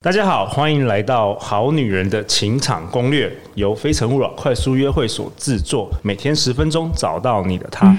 大家好，欢迎来到好女人的情场攻略，由非诚勿扰快速约会所制作，每天10分钟，找到你的他。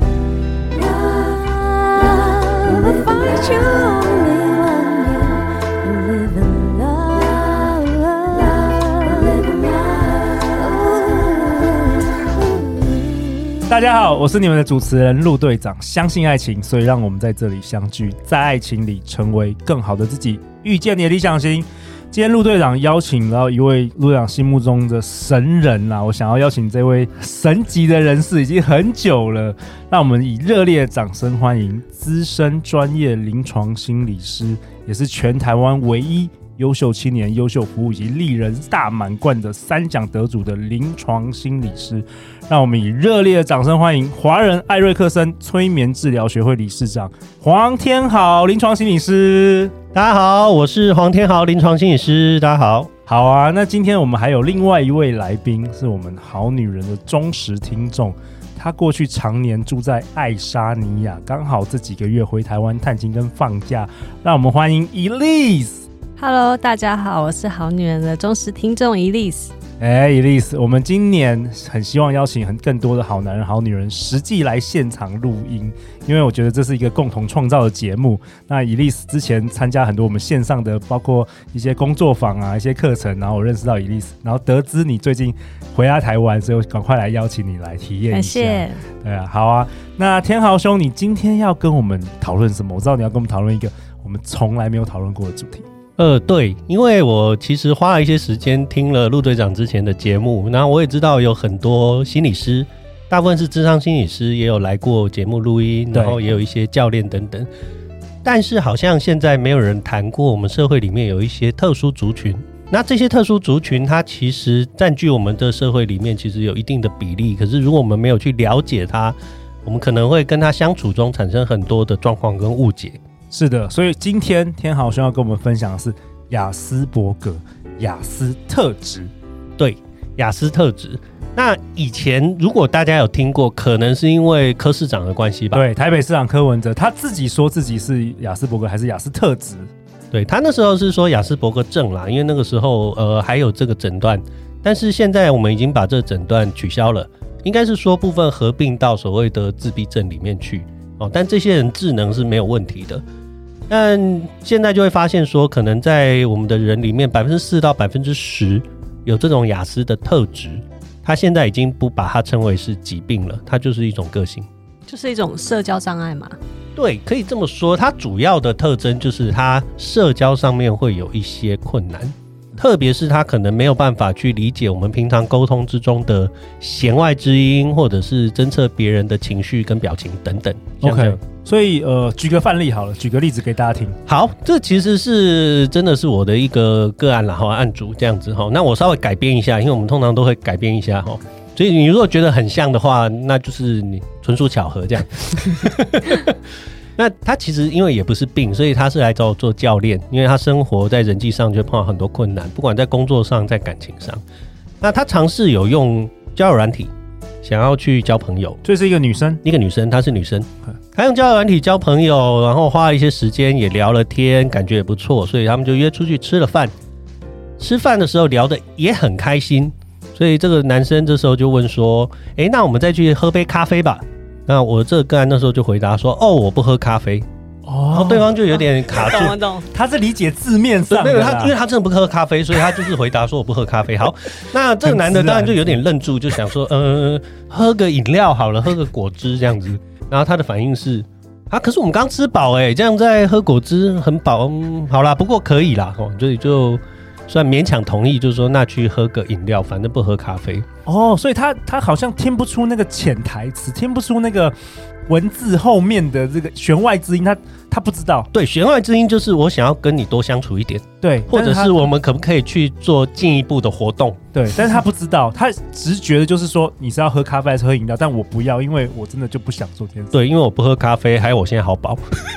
大家好，我是你们的主持人陆队长。相信爱情，所以让我们在这里相聚，在爱情里成为更好的自己，遇见你的理想型。今天陆队长邀请到一位陆队长心目中的神人啊，我想要邀请这位神级的人士已经很久了，让我们以热烈的掌声欢迎资深专业临床心理师，也是全台湾唯一优秀青年、优秀服务以及丽人大满贯的3奖得主的临床心理师。让我们以热烈的掌声欢迎华人艾瑞克森催眠治疗学会理事长黄天豪临床心理师。 大家好，我是黄天豪临床心理师。大家好。 好啊，那今天我们还有另外一位来宾，是我们好女人的忠实听众。他过去常年住在爱沙尼亚，刚好这几个月回台湾探亲跟放假。让我们欢迎 Elise。Hello， 大家好，我是好女人的忠实听众 Elise。 Elise， 我们今年很希望邀请更多的好男人、好女人实际来现场录音，因为我觉得这是一个共同创造的节目。那 Elise 之前参加很多我们线上的，包括一些工作坊啊、一些课程，然后我认识到 Elise， 然后得知你最近回来台湾，所以我赶快来邀请你来体验一下。 感谢。 对啊，好啊。那天豪兄，你今天要跟我们讨论什么？我知道你要跟我们讨论一个我们从来没有讨论过的主题。 对，因为我其实花了一些时间听了陆队长之前的节目，然后我也知道有很多心理师，大部分是諮商心理师，也有来过节目录音，然后也有一些教练等等，但是好像现在没有人谈过我们社会里面有一些特殊族群。那这些特殊族群它其实占据我们的社会里面其实有一定的比例，可是如果我们没有去了解它，我们可能会跟它相处中产生很多的状况跟误解。 是的，所以今天天豪兄要跟我们分享的是亚斯伯格亚斯特质。 对，亚斯特质。那以前如果大家有听过，可能是因为柯市长的关系吧？ 对，台北市长柯文哲他自己说自己是亚斯伯格还是亚斯特质？ 对，他那时候是说亚斯伯格症啦，因为那个时候还有这个诊断，但是现在我们已经把这个诊断取消了，应该是说部分合并到所谓的自闭症里面去。但这些人智能是没有问题的。但现在就会发现说，可能在我们的人里面4%到10%有这种亚斯的特质，他现在已经不把它称为是疾病了，它就是一种个性， 就是一种社交障碍嘛。 对，可以这么说。它主要的特征就是它社交上面会有一些困难，特别是他可能没有办法去理解我们平常沟通之中的弦外之音，或者是侦测别人的情绪跟表情等等。 OK， 所以举个范例好了，举个例子给大家听。 好，这其实是真的是我的一个个案啦，案主这样子。那我稍微改编一下，因为我们通常都会改编一下，所以你如果觉得很像的话，那就是你纯属巧合这样。那他其实因为也不是病，所以他是来找我做教练，因为他生活在人际上就碰到很多困难，不管在工作上在感情上。那他尝试有用交友软体想要去交朋友。 这是一个女生， 她是女生，她用交友软体交朋友，然后花了一些时间也聊了天，感觉也不错，所以他们就约出去吃了饭。吃饭的时候聊得也很开心，所以这个男生这时候就问说，那我们再去喝杯咖啡吧。那我这个个案那时候就回答说，我不喝咖啡。然后对方就有点卡住， 我懂， 他是理解字面上的， 因为他真的不喝咖啡，所以他就是回答说我不喝咖啡。好，那这个男的当然就有点愣住，就想说，喝个饮料好了，喝个果汁这样子。然后他的反应是，可是我们刚吃饱这样再喝果汁很饱，好啦，不过可以啦，所以就算勉强同意，就是说那去喝个饮料，反正不喝咖啡。 所以他好像听不出那个潜台词，听不出那个文字后面的这个弦外之音，他不知道。 对，弦外之音就是我想要跟你多相处一点， 对， 或者是我们可不可以去做进一步的活动？ 对，但是他不知道，他直觉的就是说你是要喝咖啡还是喝饮料，但我不要，因为我真的就不想做这件事。 对，因为我不喝咖啡，还有我现在好饱。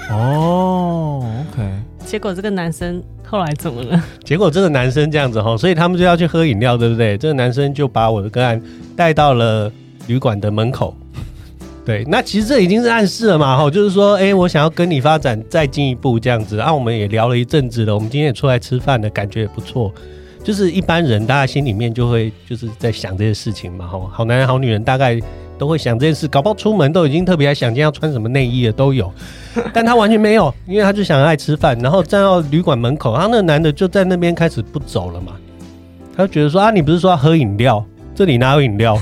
OK。 结果这个男生后来怎么了？ 结果这个男生这样子所以他们就要去喝饮料，对不对？这个男生就把我的个案带到了旅馆的门口， 对，那其实这已经是暗示了嘛，就是说，我想要跟你发展再进一步这样子啊，我们也聊了一阵子了，我们今天也出来吃饭了，感觉也不错。就是一般人大家心里面就会就是在想这些事情嘛，好男人好女人大概都会想这件事，搞不好出门都已经特别在想今天要穿什么内衣了都有，但他完全没有，因为他就想爱吃饭，然后站到旅馆门口，他那个男的就在那边开始不走了嘛，他就觉得说啊，你不是说要喝饮料，这里哪有饮料？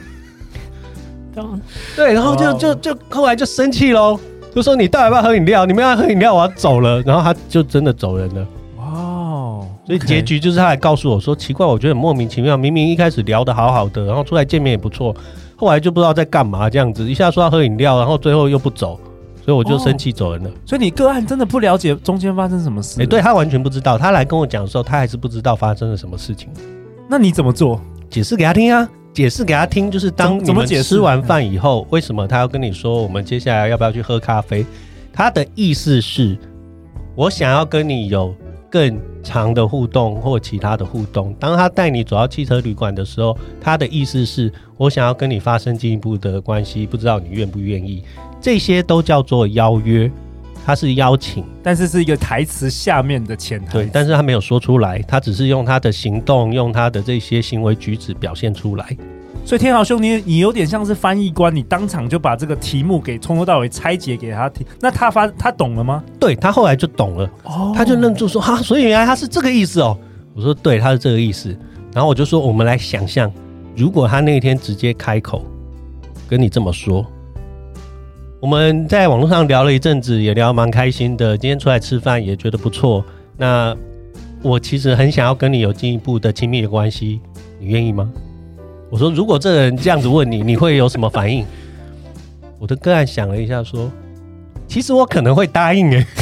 对，然后就后来就生气咯，就说你到底要不要喝饮料？你们要喝饮料，我要走了。然后他就真的走人了。哇，所以结局就是他来告诉我说，奇怪，我觉得很莫名其妙，明明一开始聊得好好的，然后出来见面也不错，后来就不知道在干嘛这样子，一下说要喝饮料，然后最后又不走，所以我就生气走人了。 所以你个案真的不了解中间发生什么事？ 对，他完全不知道，他来跟我讲的时候，他还是不知道发生了什么事情。 那你怎么做？ 解释给他听啊。解释给他听，就是当你们吃完饭以后，为什么他要跟你说我们接下来要不要去喝咖啡？他的意思是，我想要跟你有更长的互动或其他的互动。当他带你走到汽车旅馆的时候，他的意思是我想要跟你发生进一步的关系，不知道你愿不愿意。这些都叫做邀约。他是邀请， 但是是一个台词下面的潜台词。 对，但是他没有说出来，他只是用他的行动，用他的这些行为举止表现出来。 所以天豪兄，你有点像是翻译官，你当场就把这个题目给从头到尾拆解给他听。那他懂了吗？ 对，他后来就懂了，他就愣住说哈，所以原来他是这个意思哦。我说对，他是这个意思。然后我就说，我们来想象，如果他那天直接开口跟你这么说。我们在网络上聊了一阵子，也聊蛮开心的。今天出来吃饭也觉得不错。那我其实很想要跟你有进一步的亲密的关系，你愿意吗？我说，如果这个人这样子问你，你会有什么反应？我的个案想了一下，说，其实我可能会答应耶。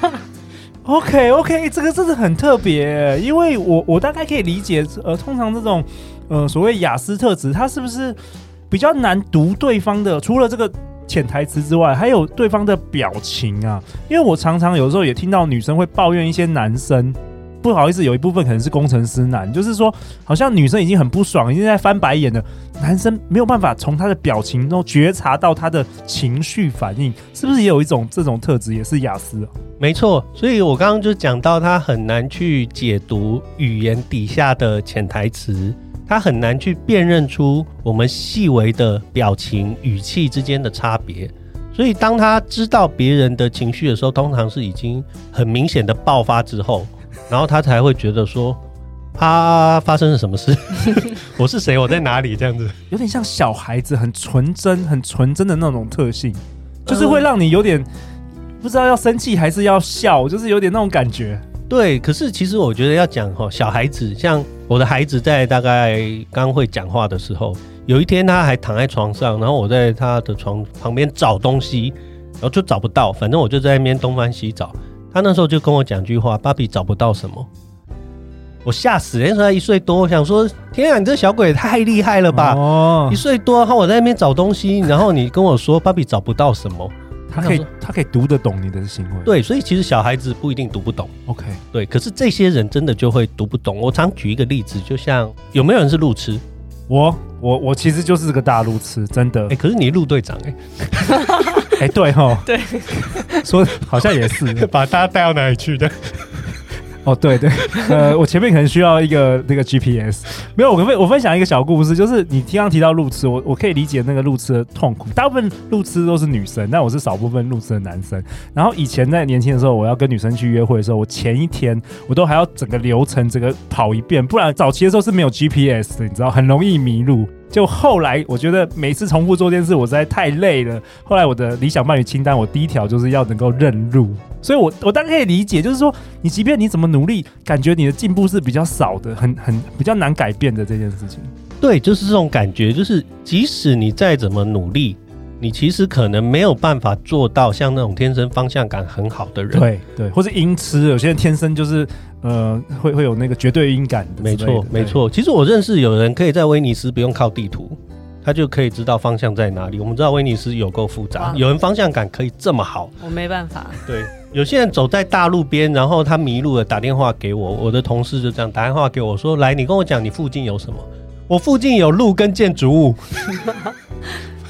OK， 这个真的很特别，因为我大概可以理解，通常这种所谓雅思特质，它是不是比较难读对方的？除了这个潜台词之外，还有对方的表情啊。因为我常常有时候也听到女生会抱怨一些男生，不好意思，有一部分可能是工程师男，就是说好像女生已经很不爽，已经在翻白眼了，男生没有办法从他的表情中觉察到他的情绪反应，是不是也有一种这种特质，也是雅思啊？ 没错，所以我刚刚就讲到他很难去解读语言底下的潜台词，他很难去辨认出我们细微的表情语气之间的差别，所以当他知道别人的情绪的时候，通常是已经很明显的爆发之后，然后他才会觉得说他发生了什么事我是谁，我在哪里，这样子有点像小孩子很纯真的那种特性，就是会让你有点不知道要生气还是要笑，就是有点那种感觉。 对，可是其实我觉得要讲小孩子，像我的孩子在大概刚会讲话的时候，有一天他还躺在床上，然后我在他的床旁边找东西，然后就找不到，反正我就在那边东翻西找。他那时候就跟我讲句话，芭比找不到什么，我吓死了。那时候他1岁多，我想说天啊，你这小鬼也太厉害了吧！1岁多，然后我在那边找东西，然后你跟我说芭比找不到什么。 他可以读得懂你的行为。 对，所以其实小孩子不一定读不懂。 OK， 对，可是这些人真的就会读不懂。我常举一个例子，就像有没有人是路痴？ 我其实就是个大路痴，真的。 可是你路队长对齁， 对， 说好像也是把大家带到哪里去的？ 对，我前面可能需要一个那个 GPS。没有，我分享一个小故事，就是你刚刚提到路痴，我可以理解那个路痴的痛苦。大部分路痴都是女生，但我是少部分路痴的男生。然后以前在年轻的时候，我要跟女生去约会的时候，我前一天我都还要整个流程整个跑一遍，不然早期的时候是没有 GPS 的，你知道，很容易迷路。就后来我觉得每次重复做这件事我实在太累了，后来我的理想伴侣清单我第一条就是要能够认路，所以我大概可以理解，就是说你即便你怎么努力，感觉你的进步是比较少的，很比较难改变的这件事情。 对，就是这种感觉，就是即使你再怎么努力，你其实可能没有办法做到像那种天生方向感很好的人。对， 或是音痴，有些人天生就是会有那个绝对音感的。 没错。其实我认识有人可以在威尼斯不用靠地图，他就可以知道方向在哪里。我们知道威尼斯有够复杂，有人方向感可以这么好， 我没办法。 对，有些人走在大路边，然后他迷路了，打电话给我，我的同事就这样打电话给我说：“来，你跟我讲你附近有什么？我附近有路跟建筑物。”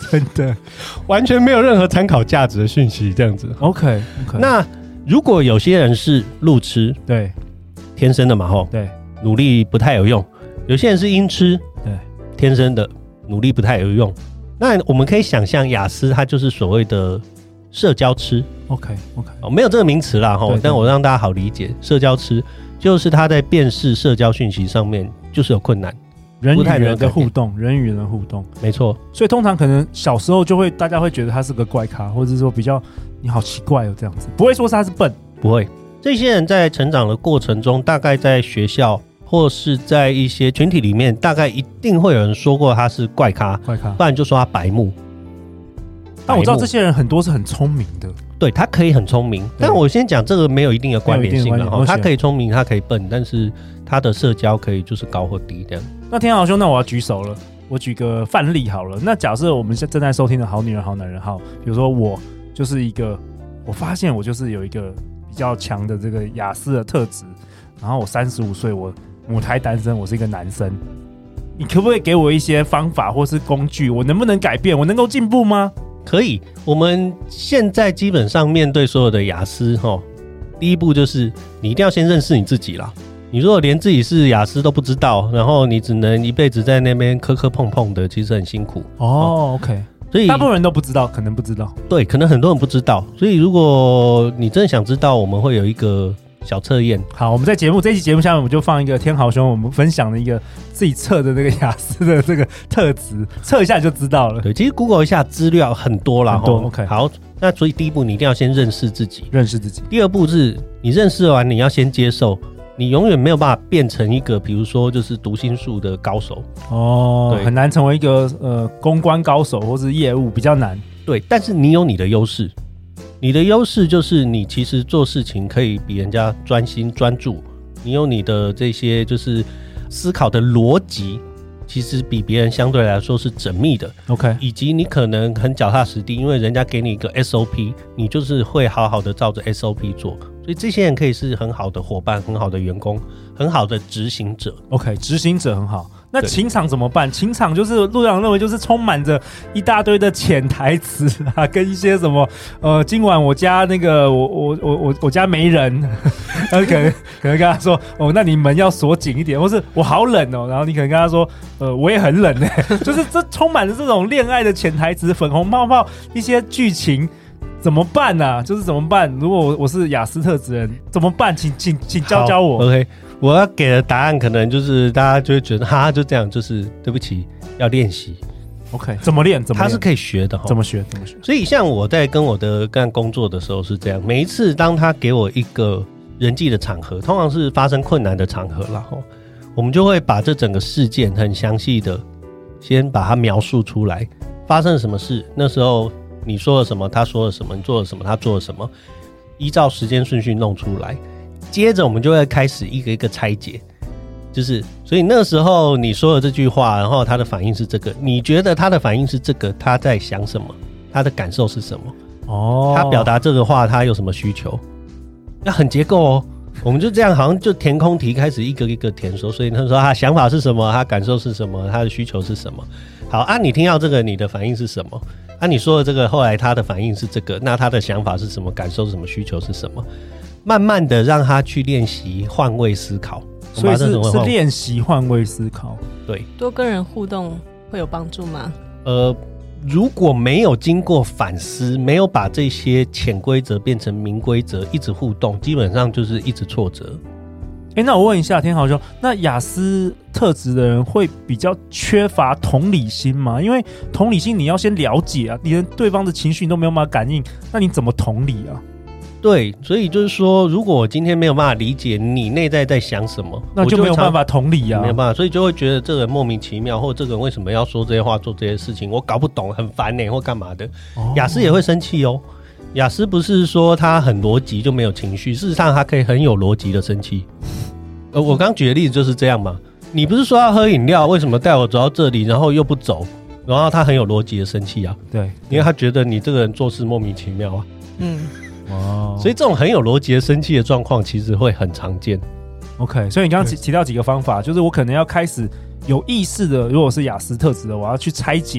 真的完全没有任何参考价值的讯息，这样子。 OK， 那如果有些人是路痴， 对， 天生的嘛吼， 对， 努力不太有用；有些人是音痴， 对， 天生的努力不太有用。那我们可以想象，雅思它就是所谓的社交痴。 OK， 没有这个名词啦吼，但我让大家好理解，社交痴就是他在辨识社交讯息上面就是有困难， 人与人的互动，人与人的互动， 没错。 所以通常可能小时候就会大家会觉得他是个怪咖，或者是说比较你好奇怪哦这样子，不会说他是笨， 不会。这些人在成长的过程中，大概在学校或是在一些群体里面，大概一定会有人说过他是怪咖，不然就说他白目。 但我知道这些人很多是很聪明的， 对，他可以很聪明，但我先讲这个没有一定的关联性了，他可以聪明，他可以笨，但是他的社交可以就是高或低这样。 那天豪兄，那我要举手了，我举个范例好了。那假设我们正在收听的好女人好男人好，比如说我就是一个，我发现我就是有一个比较强的这个雅思的特质，然后我35岁，我母胎单身，我是一个男生，你可不可以给我一些方法或是工具，我能不能改变，我能够进步吗？ 可以，我们现在基本上面对所有的雅思第一步就是你一定要先认识你自己啦。你如果连自己是雅思都不知道，然后你只能一辈子在那边磕磕碰碰的，其实很辛苦。 OK， 所以大部分人都不知道，可能不知道。 对，可能很多人不知道。所以如果你真的想知道，我们会有一个小测验。 好，我们在这一期节目下面，我们就放一个天豪兄我们分享的一个自己测的那个雅思的这个特质，测一下就知道了。 对，其实 Google 一下资料很多啦， 很多。OK， 好，那所以第一步你一定要先认识自己，第二步是你认识完，你要先接受，你永远没有办法变成一个，比如说就是读心术的高手对，很难成为一个公关高手或是业务比较难。 对，但是你有你的优势。你的优势就是你其实做事情可以比人家专心专注，你有你的这些就是思考的逻辑，其实比别人相对来说是缜密的。 OK， 以及你可能很脚踏实地，因为人家给你一个 SOP， 你就是会好好的照着 SOP 做，所以这些人可以是很好的伙伴、很好的员工、很好的执行者。 OK， 执行者很好。那情场怎么办？情场就是陆队长认为就是充满着一大堆的潜台词啊，跟一些什么今晚我家那个我家没人，然后可能跟他说那你门要锁紧一点，或是我好冷哦，然后你可能跟他说我也很冷就是这充满着这种恋爱的潜台词、粉红泡泡一些剧情。怎么办啊？就是怎么办？如果我是雅思特质人，怎么办？请教教我。 OK， 我要给的答案可能就是大家就会觉得哈，就这样，就是对不起，要练习。 OK， 怎么练？它是可以学的。 怎么学？ 所以像我在跟我的干工作的时候是这样，每一次当他给我一个人际的场合，通常是发生困难的场合啦，我们就会把这整个事件很详细的先把它描述出来，发生了什么事，那时候你说了什么，他说了什么，你做了什么，他做了什么，依照时间顺序弄出来。接着我们就会开始一个一个拆解，就是所以那时候你说了这句话，然后他的反应是这个，你觉得他的反应是这个，他在想什么，他的感受是什么，他表达这个话他有什么需求，要很结构哦。我们就这样好像就填空题开始一个一个填说，所以他说他想法是什么，他感受是什么，他的需求是什么。好啊，你听到这个你的反应是什么啊？你说的这个后来他的反应是这个，那他的想法是什么，感受是什么，需求是什么，慢慢的让他去练习换位思考。 所以是练习换位思考。 对， 多跟人互动会有帮助吗？ 如果没有经过反思，没有把这些潜规则变成明规则，一直互动，基本上就是一直挫折。 那我问一下天豪兄，那雅思特质的人会比较缺乏同理心吗？因为同理心你要先了解啊，你连对方的情绪你都没有办法感应，那你怎么同理啊？ 对，所以就是说，如果我今天没有办法理解你内在在想什么， 那就没有办法同理啊， 没有办法，所以就会觉得这个人莫名其妙，或者这个人为什么要说这些话、做这些事情，我搞不懂，很烦或干嘛的。雅思也会生气哦。雅思不是说他很逻辑就没有情绪，事实上他可以很有逻辑的生气。我刚举的例子就是这样嘛。你不是说要喝饮料，为什么带我走到这里，然后又不走？然后他很有逻辑的生气啊。 对， 因为他觉得你这个人做事莫名其妙啊。所以这种很有逻辑的生气的状况其实会很常见。 OK， 所以你刚刚提到几个方法，就是我可能要开始有意识的，如果是雅思特质的，我要去拆解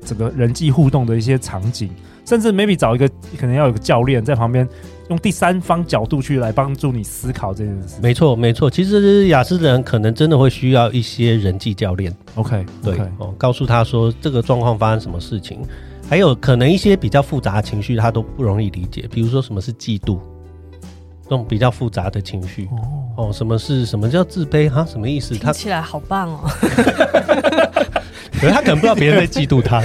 整个人际互动的一些场景，甚至 maybe 找一个可能要有个教练在旁边，用第三方角度去来帮助你思考这件事。 没错没错，其实亚斯的人可能真的会需要一些人际教练。 OK 对告诉他说这个状况发生什么事情，还有可能一些比较复杂的情绪他都不容易理解，比如说什么是嫉妒，这种比较复杂的情绪什么叫自卑哈？什么意思？ 听起来好棒哦。 可是他可能不知道别人在嫉妒他。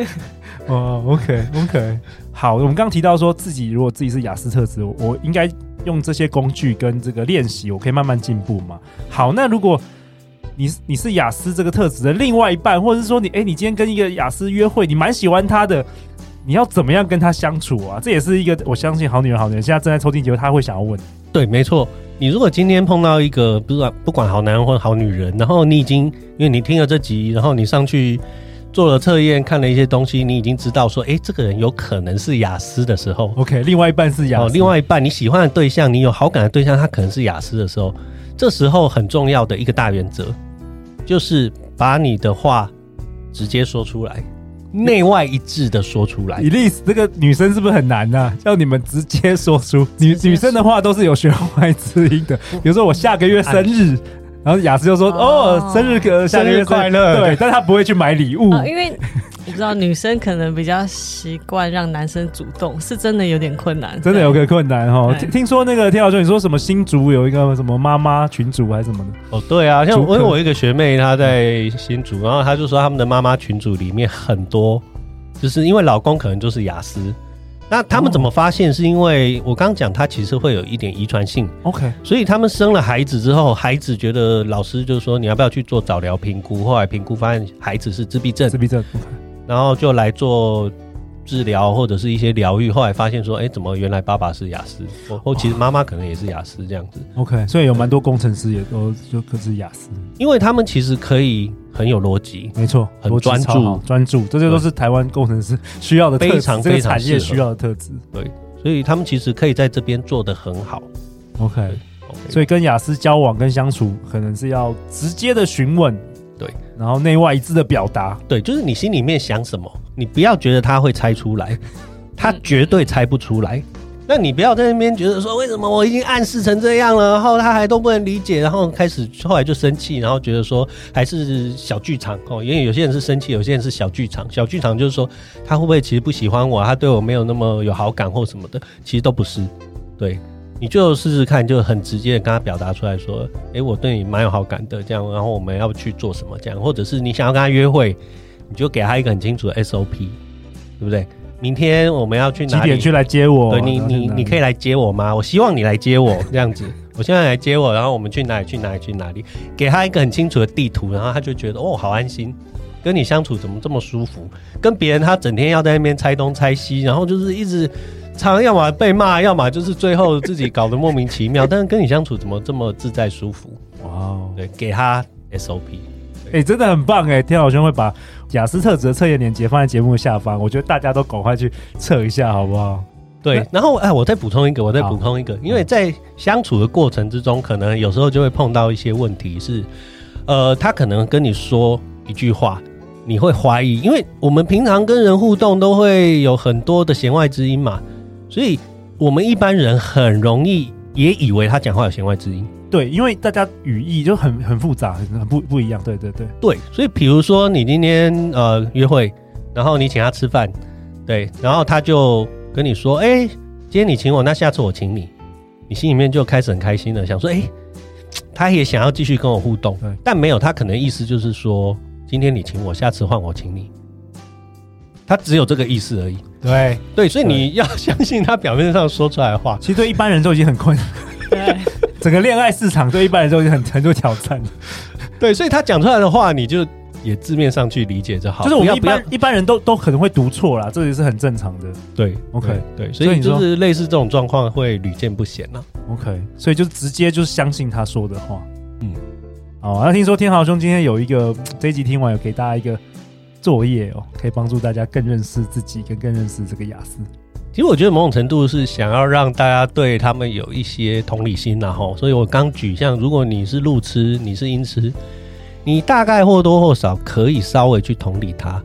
OK， 好，我们刚刚提到说如果自己是亚斯特质，我应该用这些工具跟这个练习，我可以慢慢进步嘛。好，那如果你是亚斯这个特质的另外一半，或者是说你今天跟一个亚斯约会，你蛮喜欢他的，你要怎么样跟他相处啊？这也是一个我相信好女人现在正在抽听节目他会想要问。 对，没错。你如果今天碰到一个不管好男人或好女人，然后你已经因为你听了这集，然后你上去做了测验，看了一些东西，你已经知道说这个人有可能是亚斯的时候 OK， 另外一半是亚斯， 另外一半你喜欢的对象，你有好感的对象他可能是亚斯的时候，这时候很重要的一个大原则就是把你的话直接说出来，内外一致的说出来。 Elise， 这个女生是不是很难啊？叫你们直接说出。女生的话都是有弦外之音的，比如说我下个月生日，然后亚斯就说生日下个月快乐，对，但他不会去买礼物， 因为你知道女生可能比较习惯让男生主动，是真的有点困难， 真的有个困难听说那个天豪兄你说什么新竹有一个什么妈妈群组还是什么的？ 对啊，像我一个学妹她在新竹，然后她就说他们的妈妈群组里面很多就是因为老公可能就是亚斯，那他们怎么发现？是因为我刚刚讲，他其实会有一点遗传性 ，OK， 所以他们生了孩子之后，孩子觉得老师就说你要不要去做早疗评估，后来评估发现孩子是自闭症， OK， 然后就来做治疗或者是一些疗愈，后来发现说，怎么原来爸爸是亚斯，或其实妈妈可能也是亚斯这样子。 OK， 所以有蛮多工程师也都就各自亚斯， 因为他们其实可以很有逻辑， 没错， 很专注， 这些都是台湾工程师需要的特质， 非常这个产业需要的特质。 对，所以他们其实可以在这边做得很好。 OK， 所以跟亚斯交往跟相处，可能是要直接的询问。 对， 然后内外一致的表达。 对，就是你心里面想什么，你不要觉得他会猜出来，他绝对猜不出来。那你不要在那边觉得说为什么我已经暗示成这样了，然后他还都不能理解，然后后来就生气，然后觉得说还是小剧场因为有些人是生气，有些人是小剧场。小剧场就是说他会不会其实不喜欢我，他对我没有那么有好感或什么的，其实都不是。对，你就试试看，就很直接的跟他表达出来说，我对你蛮有好感的，这样，然后我们要去做什么这样，或者是你想要跟他约会，你就给他一个很清楚的 SOP， 对不对？明天我们要去哪里？ 几点去来接我？ 对，你可以来接我吗？我希望你来接我，这样子。我现在来接我，然后我们去哪里？给他一个很清楚的地图，然后他就觉得好安心，跟你相处怎么这么舒服？跟别人他整天要在那边猜东猜西，然后就是一直常要么被骂，要么就是最后自己搞得莫名其妙。但是跟你相处怎么这么自在舒服？哇，对，给他 SOP。 真的很棒天豪兄会把亚斯特质的测验链接放在节目下方，我觉得大家都赶快去测一下好不好？ 对，然后我再补充一个，因为在相处的过程之中，可能有时候就会碰到一些问题是，他可能跟你说一句话，你会怀疑，因为我们平常跟人互动都会有很多的弦外之音嘛，所以我们一般人很容易也以为他讲话有弦外之音。 对，因为大家语义就很复杂，很不一样。对， 所以比如说你今天约会，然后你请他吃饭，对，然后他就跟你说，今天你请我，那下次我请你，你心里面就开始很开心了，想说，他也想要继续跟我互动，但没有，他可能意思就是说，今天你请我，下次换我请你，他只有这个意思而已。对，所以你要相信他表面上说出来的话， 其实对一般人都已经很困难。对。整个恋爱市场对一般人都已经很多挑战。 对，所以他讲出来的话，你就也字面上去理解就好。 就是我们一般人都可能会读错啦，这也是很正常的。 对 ，OK， 对，所以就是类似这种状况会屡见不鲜啦。 OK， 所以就直接就是相信他说的话。好，那听说天豪兄今天有一个这一集听完有给大家一个作业可以帮助大家更认识自己，更认识这个亚斯。 其实我觉得某种程度是想要让大家对他们有一些同理心所以我刚举像如果你是路痴，你是音痴，你大概或多或少可以稍微去同理他，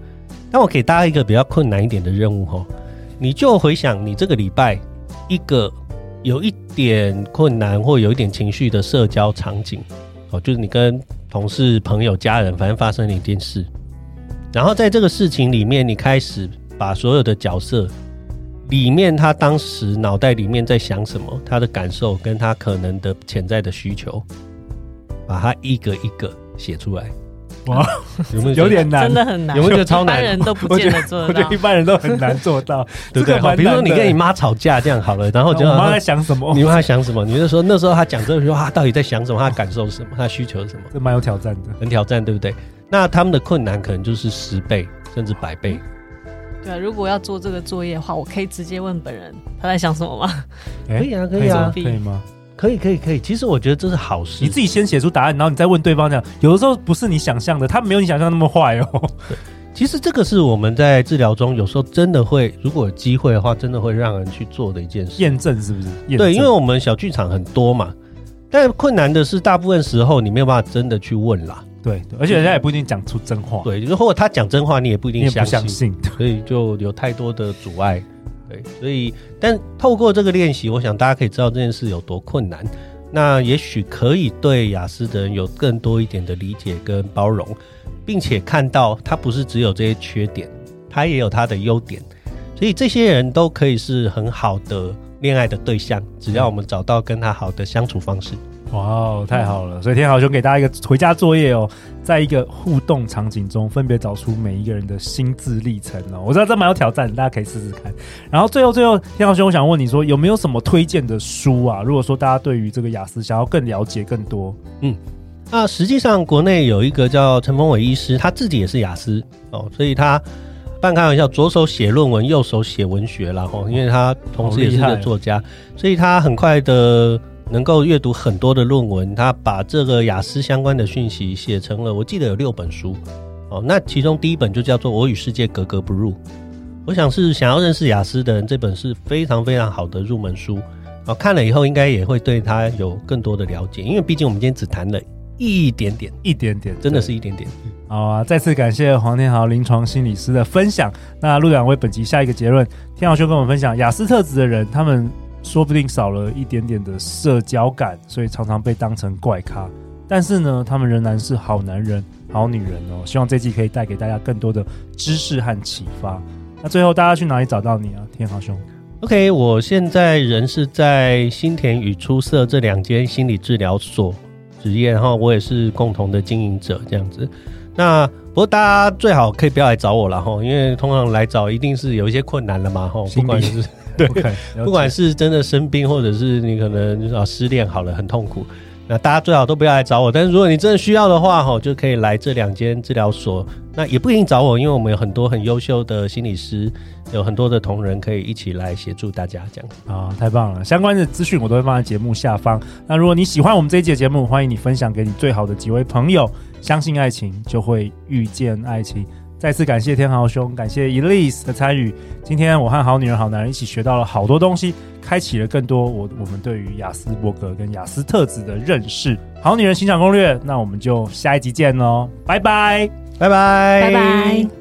但我给大家一个比较困难一点的任务哦，你就回想你这个礼拜一个有一点困难或有一点情绪的社交场景哦，就是你跟同事、朋友、家人，反正发生了一件事，然后在这个事情里面，你开始把所有的角色里面他当时脑袋里面在想什么，他的感受跟他可能的潜在的需求，把它一个一个写出来。 哇， 有没有有点难， 真的很难， 有没有觉得超难？ 一般人都不见得做得到。 我觉得一般人都很难做到， 对不对？好，比如说你跟你妈吵架这样好了，然后就我妈在想什么？ 你妈在想什么？你就说那时候她讲这个时候，她到底在想什么？她的感受是什么？她的需求是什么？ 这蛮有挑战的， 很挑战，对不对？那他们的困难可能就是10倍甚至100倍。 对啊，如果要做这个作业的话，我可以直接问本人他在想什么吗？ 可以啊，可以啊， 可以吗？ 可以。其实我觉得这是好事。 你自己先写出答案，然后你再问对方讲，有的时候不是你想象的，他没有你想象那么坏哦。 其实这个是我们在治疗中有时候真的会，如果有机会的话，真的会让人去做的一件事。 验证是不是？ 对，因为我们小剧场很多嘛，但困难的是大部分时候你没有办法真的去问啦。 对，而且人家也不一定讲出真话。 对，或者他讲真话，你也不一定相信， 所以就有太多的阻碍。对，所以但透过这个练习，我想大家可以知道这件事有多困难。那也许可以对亚斯的人有更多一点的理解跟包容，并且看到他不是只有这些缺点，他也有他的优点，所以这些人都可以是很好的恋爱的对象，只要我们找到跟他好的相处方式。 哇，太好了！所以天豪兄给大家一个回家作业哦，在一个互动场景中，分别找出每一个人的心智历程哦。我知道这蛮有挑战，大家可以试试看。然后最后，天豪兄，我想问你说，有没有什么推荐的书啊？如果说大家对于这个亚斯想要更了解更多， 那实际上国内有一个叫陈峰伟医师，他自己也是亚斯哦，所以他半开玩笑，左手写论文，右手写文学啦吼，因为他同时也是个作家，所以他很快的能够阅读很多的论文，他把这个亚斯相关的讯息写成了，我记得有6本书哦。那其中第一本就叫做《我与世界格格不入》，我想是想要认识亚斯的人，这本是非常非常好的入门书哦。看了以后应该也会对他有更多的了解，因为毕竟我们今天只谈了一点点，真的是一点点。 好啊！再次感谢黄天豪临床心理师的分享。那陆两为本集下一个结论，天豪兄跟我们分享，亚斯特质的人，他们说不定少了一点点的社交感，所以常常被当成怪咖。但是呢，他们仍然是好男人、好女人哦。希望这集可以带给大家更多的知识和启发。那最后，大家去哪里找到你啊，天豪兄 ？OK， 我现在人是在新田与出色这2间心理治疗所职业，然后我也是共同的经营者这样子。那不过大家最好可以不要来找我了齁，因为通常来找一定是有一些困难了嘛齁，不管是对，不管是真的生病，或者是你可能就是失恋好了很痛苦，那大家最好都不要来找我。但是如果你真的需要的话齁，就可以来这2间治疗所。那也不一定找我，因为我们有很多很优秀的心理师，有很多的同仁可以一起来协助大家这样。 啊，太棒了！相关的资讯我都会放在节目下方。那如果你喜欢我们这一集的节目，欢迎你分享给你最好的几位朋友。相信爱情，就会遇见爱情。再次感谢天豪兄，感谢 Elise 的参与。今天我和好女人好男人一起学到了好多东西，开启了更多我们对于亚斯伯格跟亚斯特质的认识。好女人情场攻略，那我们就下一集见喽，拜拜， 拜拜， 拜拜。